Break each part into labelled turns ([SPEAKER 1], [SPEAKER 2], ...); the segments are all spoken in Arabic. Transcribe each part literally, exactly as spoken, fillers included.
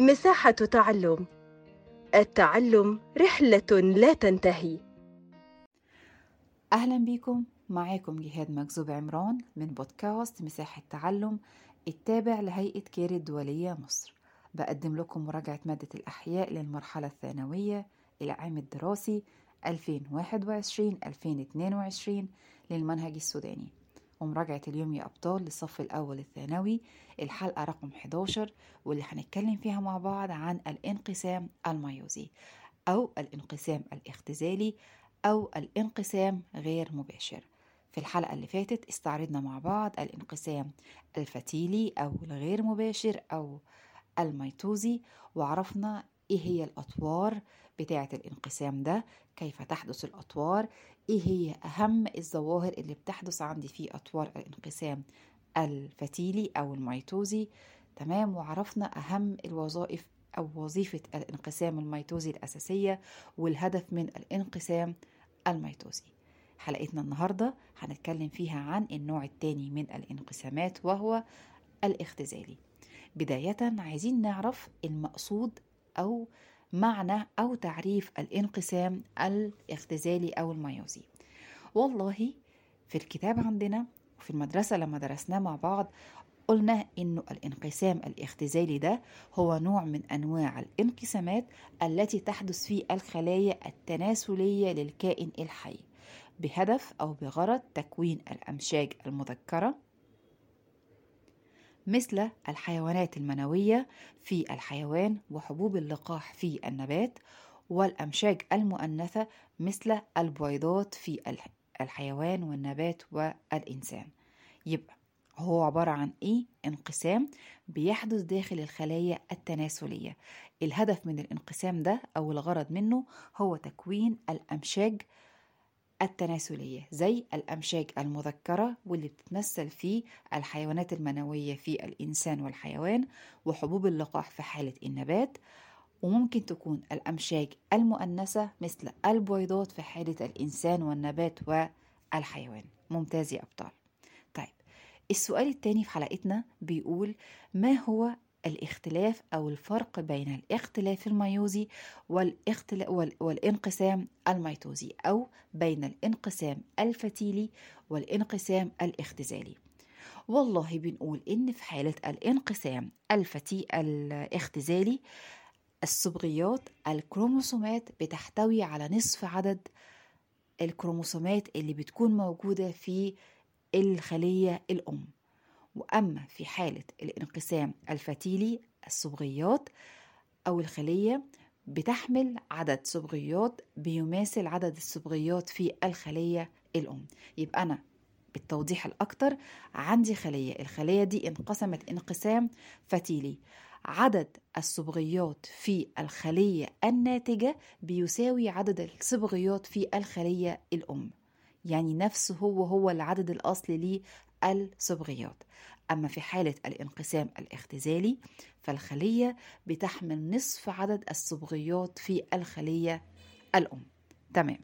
[SPEAKER 1] مساحة تعلم. التعلم رحلة لا تنتهي.
[SPEAKER 2] أهلا بكم، معاكم جهاد مكذوب عمران من بودكاست مساحة تعلم التابع لهيئة كير الدولية مصر. بقدم لكم مراجعة مادة الأحياء للمرحلة الثانوية العام الدراسي ألفين وواحد وعشرين ألفين واثنين وعشرين للمنهج السوداني، ومراجعة اليوم يا أبطال للصف الأول الثانوي الحلقة رقم إحدى عشر، واللي هنتكلم فيها مع بعض عن الانقسام الميوزي أو الانقسام الاختزالي أو الانقسام غير مباشر. في الحلقة اللي فاتت استعرضنا مع بعض الانقسام الفتيلي أو الغير مباشر أو الميتوزي، وعرفنا إيه هي الأطوار بتاعة الانقسام ده، كيف تحدث الأطوار، إيه هي أهم الظواهر اللي بتحدث عندي في أطوار الانقسام الفتيلي أو الميتوزي. تمام، وعرفنا أهم الوظائف أو وظيفة الانقسام الميتوزي الأساسية والهدف من الانقسام الميتوزي. حلقتنا النهاردة هنتكلم فيها عن النوع الثاني من الانقسامات وهو الاختزالي. بداية عايزين نعرف المقصود أو معنى أو تعريف الانقسام الاختزالي أو الميوزي. والله في الكتاب عندنا وفي المدرسة لما درسناه مع بعض قلنا إنه الانقسام الاختزالي ده هو نوع من أنواع الانقسامات التي تحدث في الخلايا التناسلية للكائن الحي بهدف أو بغرض تكوين الأمشاج المذكرة مثل الحيوانات المنوية في الحيوان وحبوب اللقاح في النبات، والأمشاج المؤنثة مثل البويضات في الحيوان والنبات والإنسان. يبقى هو عبارة عن إيه؟ انقسام بيحدث داخل الخلايا التناسلية. الهدف من الانقسام ده أو الغرض منه هو تكوين الأمشاج التناسلية زي الأمشاج المذكرة واللي بتتمثل في الحيوانات المنوية في الإنسان والحيوان وحبوب اللقاح في حالة النبات، وممكن تكون الأمشاج المؤنثة مثل البويضات في حالة الإنسان والنبات والحيوان. ممتاز يا أبطال. طيب، السؤال الثاني في حلقتنا بيقول: ما هو الاختلاف أو الفرق بين الاختلاف الميوزي والاختلا... وال... والانقسام الميتوزي، أو بين الانقسام الفتيلي والانقسام الاختزالي؟ والله بنقول إن في حالة الانقسام الفتي الاختزالي الصبغيات الكروموسومات بتحتوي على نصف عدد الكروموسومات اللي بتكون موجودة في الخلية الأم. وأما في حالة الانقسام الفتيلي الصبغيات أو الخلية بتحمل عدد صبغيات بيماثل عدد الصبغيات في الخلية الأم. يبقى أنا بالتوضيح الأكتر عندي خلية، الخلية دي انقسمت انقسام فتيلي، عدد الصبغيات في الخلية الناتجة بيساوي عدد الصبغيات في الخلية الأم، يعني نفسه هو هو العدد الأصلي للصبغيات. أما في حالة الانقسام الاختزالي فالخلية بتحمل نصف عدد الصبغيات في الخلية الأم. تمام،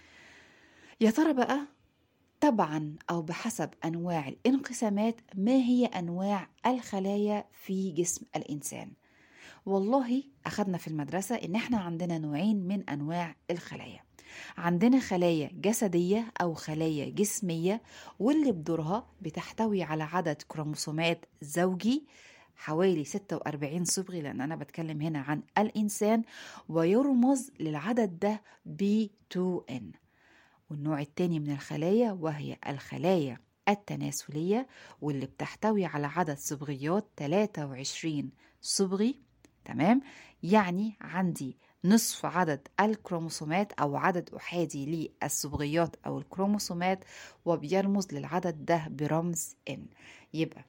[SPEAKER 2] يا ترى بقى طبعا أو بحسب أنواع الانقسامات ما هي أنواع الخلايا في جسم الإنسان؟ والله أخذنا في المدرسة إن احنا عندنا نوعين من أنواع الخلايا. عندنا خلايا جسدية أو خلايا جسمية، واللي بدورها بتحتوي على عدد كروموسومات زوجي حوالي ستة وأربعين صبغي، لأن أنا بتكلم هنا عن الإنسان، ويرمز للعدد ده ب تو إن. والنوع الثاني من الخلايا وهي الخلايا التناسلية، واللي بتحتوي على عدد صبغيات ثلاثة وعشرين صبغي. تمام، يعني عندي نصف عدد الكروموسومات أو عدد أحادي للصبغيات أو الكروموسومات، وبيرمز للعدد ده برمز N. يبقى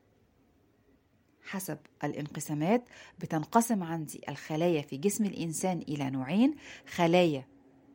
[SPEAKER 2] حسب الانقسامات بتنقسم عندي الخلايا في جسم الإنسان إلى نوعين: خلايا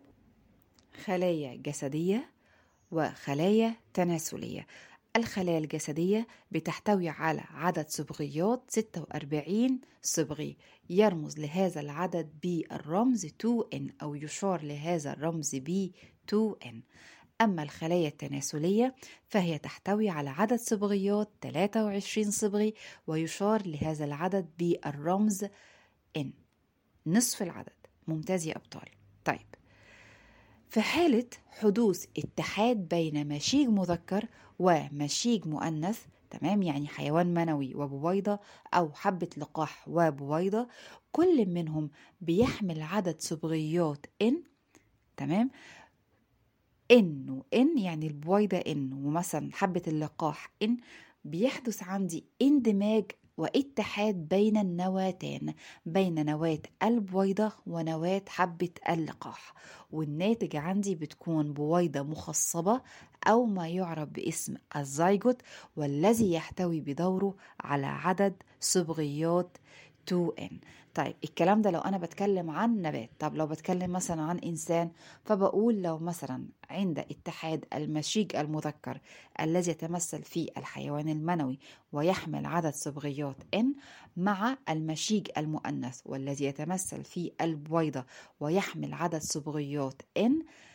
[SPEAKER 2] خلايا جسدية وخلايا تناسلية. الخلايا الجسدية بتحتوي على عدد صبغيات ستة وأربعين صبغي، يرمز لهذا العدد بالرمز تو إن أو يشار لهذا الرمز ب تو إن. أما الخلايا التناسلية فهي تحتوي على عدد صبغيات ثلاثة وعشرين صبغي، ويشار لهذا العدد بالرمز N، نصف العدد. ممتاز يا أبطال. طيب، في حالة حدوث اتحاد بين مشيج مذكر ومشيج مؤنث، تمام، يعني حيوان منوي وبويضة أو حبة لقاح وبويضة، كل منهم بيحمل عدد صبغيات N، تمام، N و N يعني البويضة N ومثلا حبة اللقاح N، بيحدث عندي اندماج واتحاد بين النواتان، بين نواة البويضة ونواة حبة اللقاح، والناتج عندي بتكون بويضة مخصبة أو ما يعرف باسم الزيجوت، والذي يحتوي بدوره على عدد صبغيات تو إن. طيب، الكلام ده لو أنا بتكلم عن نبات. طب لو بتكلم مثلا عن إنسان، فبقول لو مثلا عند اتحاد المشيج المذكر الذي يتمثل في الحيوان المنوي ويحمل عدد صبغيات N مع المشيج المؤنث والذي يتمثل في البويضة ويحمل عدد صبغيات N،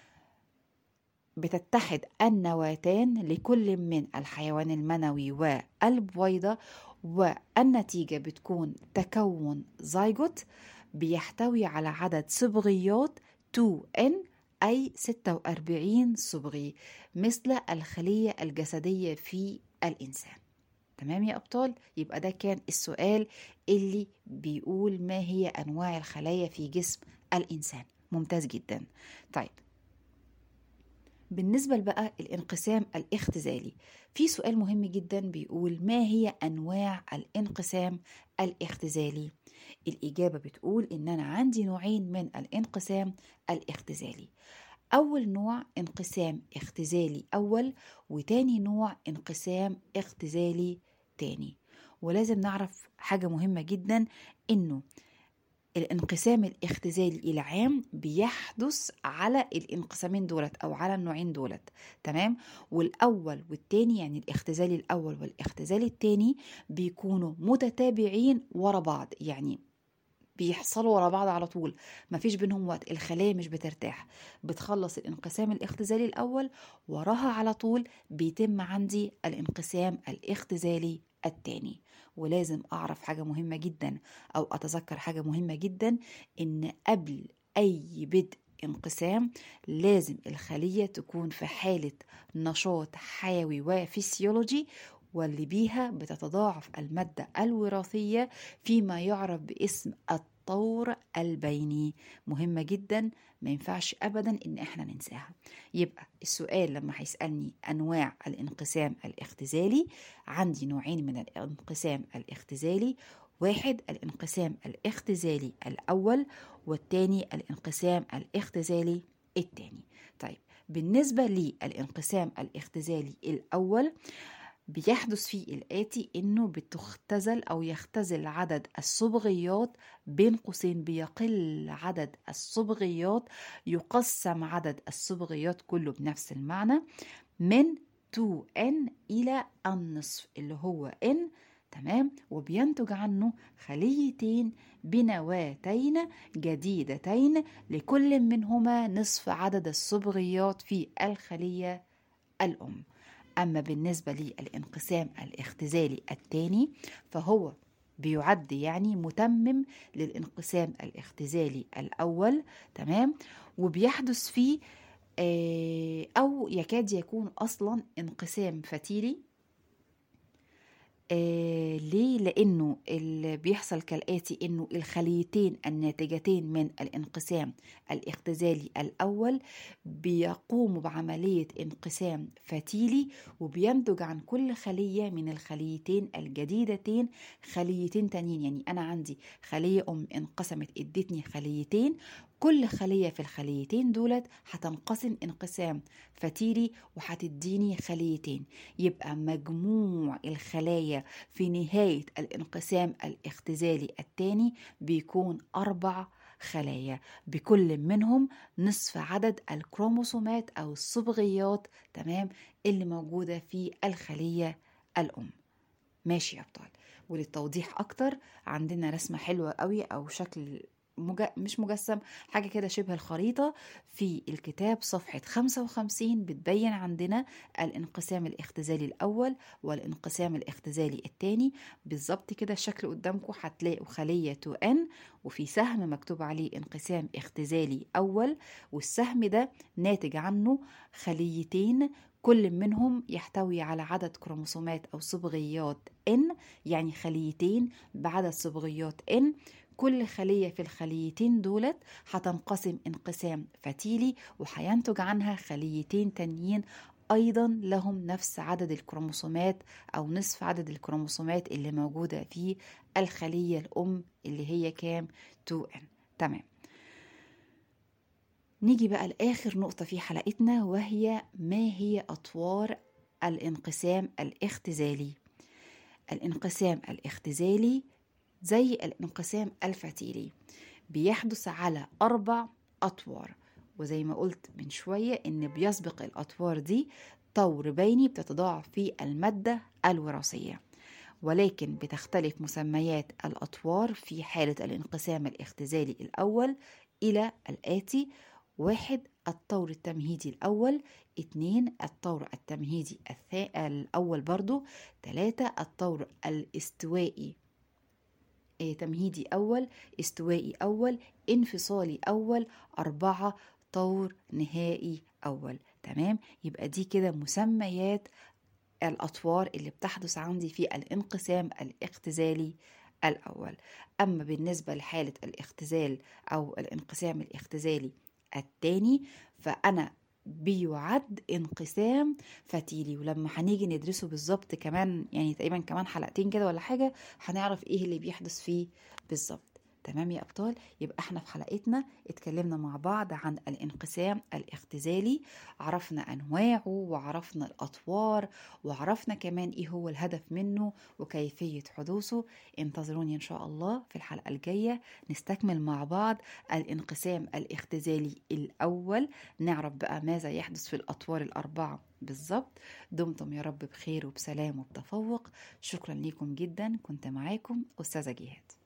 [SPEAKER 2] بتتحد النواتان لكل من الحيوان المنوي والبويضة، والنتيجة بتكون تكون زيجوت بيحتوي على عدد صبغيات تو إن، أي ستة وأربعين صبغي، مثل الخلية الجسدية في الإنسان. تمام يا أبطال؟ يبقى ده كان السؤال اللي بيقول ما هي أنواع الخلايا في جسم الإنسان. ممتاز جدا. طيب، بالنسبة بقى الانقسام الاختزالي، في سؤال مهم جدا بيقول ما هي أنواع الانقسام الاختزالي؟ الإجابة بتقول إن أنا عندي نوعين من الانقسام الاختزالي. أول نوع انقسام اختزالي أول، وتاني نوع انقسام اختزالي تاني. ولازم نعرف حاجة مهمة جدا، إنه الانقسام الاختزالي العام بيحدث على الانقسامين دولت أو على النوعين دولت، تمام. والأول والتاني، يعني الاختزالي الأول والاختزالي التاني، بيكونوا متتابعين ورا بعض، يعني بيحصلوا ورا بعض على طول، مفيش بينهم وقت، الخلايا مش بترتاح، بتخلص الانقسام الاختزالي الأول وراها على طول بيتم عندي الانقسام الاختزالي التاني. ولازم أعرف حاجة مهمة جدا أو أتذكر حاجة مهمة جدا، إن قبل أي بدء انقسام لازم الخلية تكون في حالة نشاط حيوي وفسيولوجي، واللي بيها بتتضاعف المادة الوراثية فيما يعرف باسم الطور البيني. مهمة جدا، ما ينفعش أبدا إن احنا ننساها. يبقى السؤال لما هيسألني أنواع الانقسام الاختزالي، عندي نوعين من الانقسام الاختزالي، واحد الانقسام الاختزالي الأول، والتاني الانقسام الاختزالي التاني. طيب، بالنسبة للانقسام الاختزالي الأول، بيحدث فيه الآتي، إنه بتختزل أو يختزل عدد الصبغيات، بين قوسين بيقل عدد الصبغيات، يقسم عدد الصبغيات كله بنفس المعنى من تو إن إلى النصف اللي هو N، تمام، وبينتج عنه خليتين بنواتين جديدتين لكل منهما نصف عدد الصبغيات في الخلية الأم. أما بالنسبة للانقسام الاختزالي الثاني، فهو بيعد يعني متمم للانقسام الاختزالي الأول، تمام، وبيحدث فيه أو يكاد يكون أصلا انقسام فتيلي. آه ليه؟ لأنه اللي بيحصل كالآتي، إنه الخليتين الناتجتين من الانقسام الاختزالي الأول بيقوموا بعملية انقسام فتيلي، وبينتج عن كل خلية من الخليتين الجديدتين خليتين تانيين. يعني أنا عندي خلية أم انقسمت ادتني خليتين، كل خلية في الخليتين دولت هتنقسم انقسام فتيلي وهتديني خليتين. يبقى مجموع الخلايا في نهاية الانقسام الاختزالي الثاني بيكون أربع خلايا، بكل منهم نصف عدد الكروموسومات أو الصبغيات، تمام، اللي موجودة في الخلية الأم. ماشي يا أبطال؟ وللتوضيح أكتر، عندنا رسمة حلوة قوي أو شكل مج... مش مجسم، حاجة كده شبه الخريطة في الكتاب صفحة خمسة وخمسين بتبين عندنا الانقسام الاختزالي الأول والانقسام الاختزالي الثاني. بالظبط كده الشكل قدامكم، هتلاقوا خلية تو إن وفي سهم مكتوب عليه انقسام اختزالي أول، والسهم ده ناتج عنه خليتين كل منهم يحتوي على عدد كروموسومات أو صبغيات N، يعني خليتين بعدد صبغيات N. كل خلية في الخليتين دولت هتنقسم انقسام فتيلي، وهينتج عنها خليتين تانيين أيضا لهم نفس عدد الكروموسومات أو نصف عدد الكروموسومات اللي موجودة في الخلية الأم اللي هي كام؟ تو إن. تمام. نيجي بقى لآخر نقطة في حلقتنا، وهي ما هي أطوار الانقسام الاختزالي. الانقسام الاختزالي زي الانقسام الفتيلي بيحدث على أربع أطوار، وزي ما قلت من شوية إن بيسبق الأطوار دي طور بيني بتتضاعف في المادة الوراثية، ولكن بتختلف مسميات الأطوار في حالة الانقسام الاختزالي الأول إلى الآتي: واحد الطور التمهيدي الأول، اتنين الطور التمهيدي الثا... الأول برضو، تلاتة الطور الاستوائي تمهيدي أول، استوائي أول، انفصالي أول، أربعة طور نهائي أول. تمام، يبقى دي كده مسميات الأطوار اللي بتحدث عندي في الانقسام الاختزالي الأول. أما بالنسبة لحالة الاختزال أو الانقسام الاختزالي الثاني فأنا بيعد انقسام فتيلي، ولما هنيجي ندرسه بالظبط كمان يعني تقريبا كمان حلقتين كده ولا حاجة هنعرف ايه اللي بيحدث فيه بالظبط. تمام يا أبطال، يبقى احنا في حلقتنا اتكلمنا مع بعض عن الانقسام الاختزالي، عرفنا أنواعه وعرفنا الأطوار وعرفنا كمان ايه هو الهدف منه وكيفية حدوثه. انتظروني إن شاء الله في الحلقة الجاية نستكمل مع بعض الانقسام الاختزالي الأول، نعرف بقى ماذا يحدث في الأطوار الأربعة بالظبط. دمتم يا رب بخير وبسلام وبتفوق. شكرا لكم جدا، كنت معاكم أستاذة جهاد.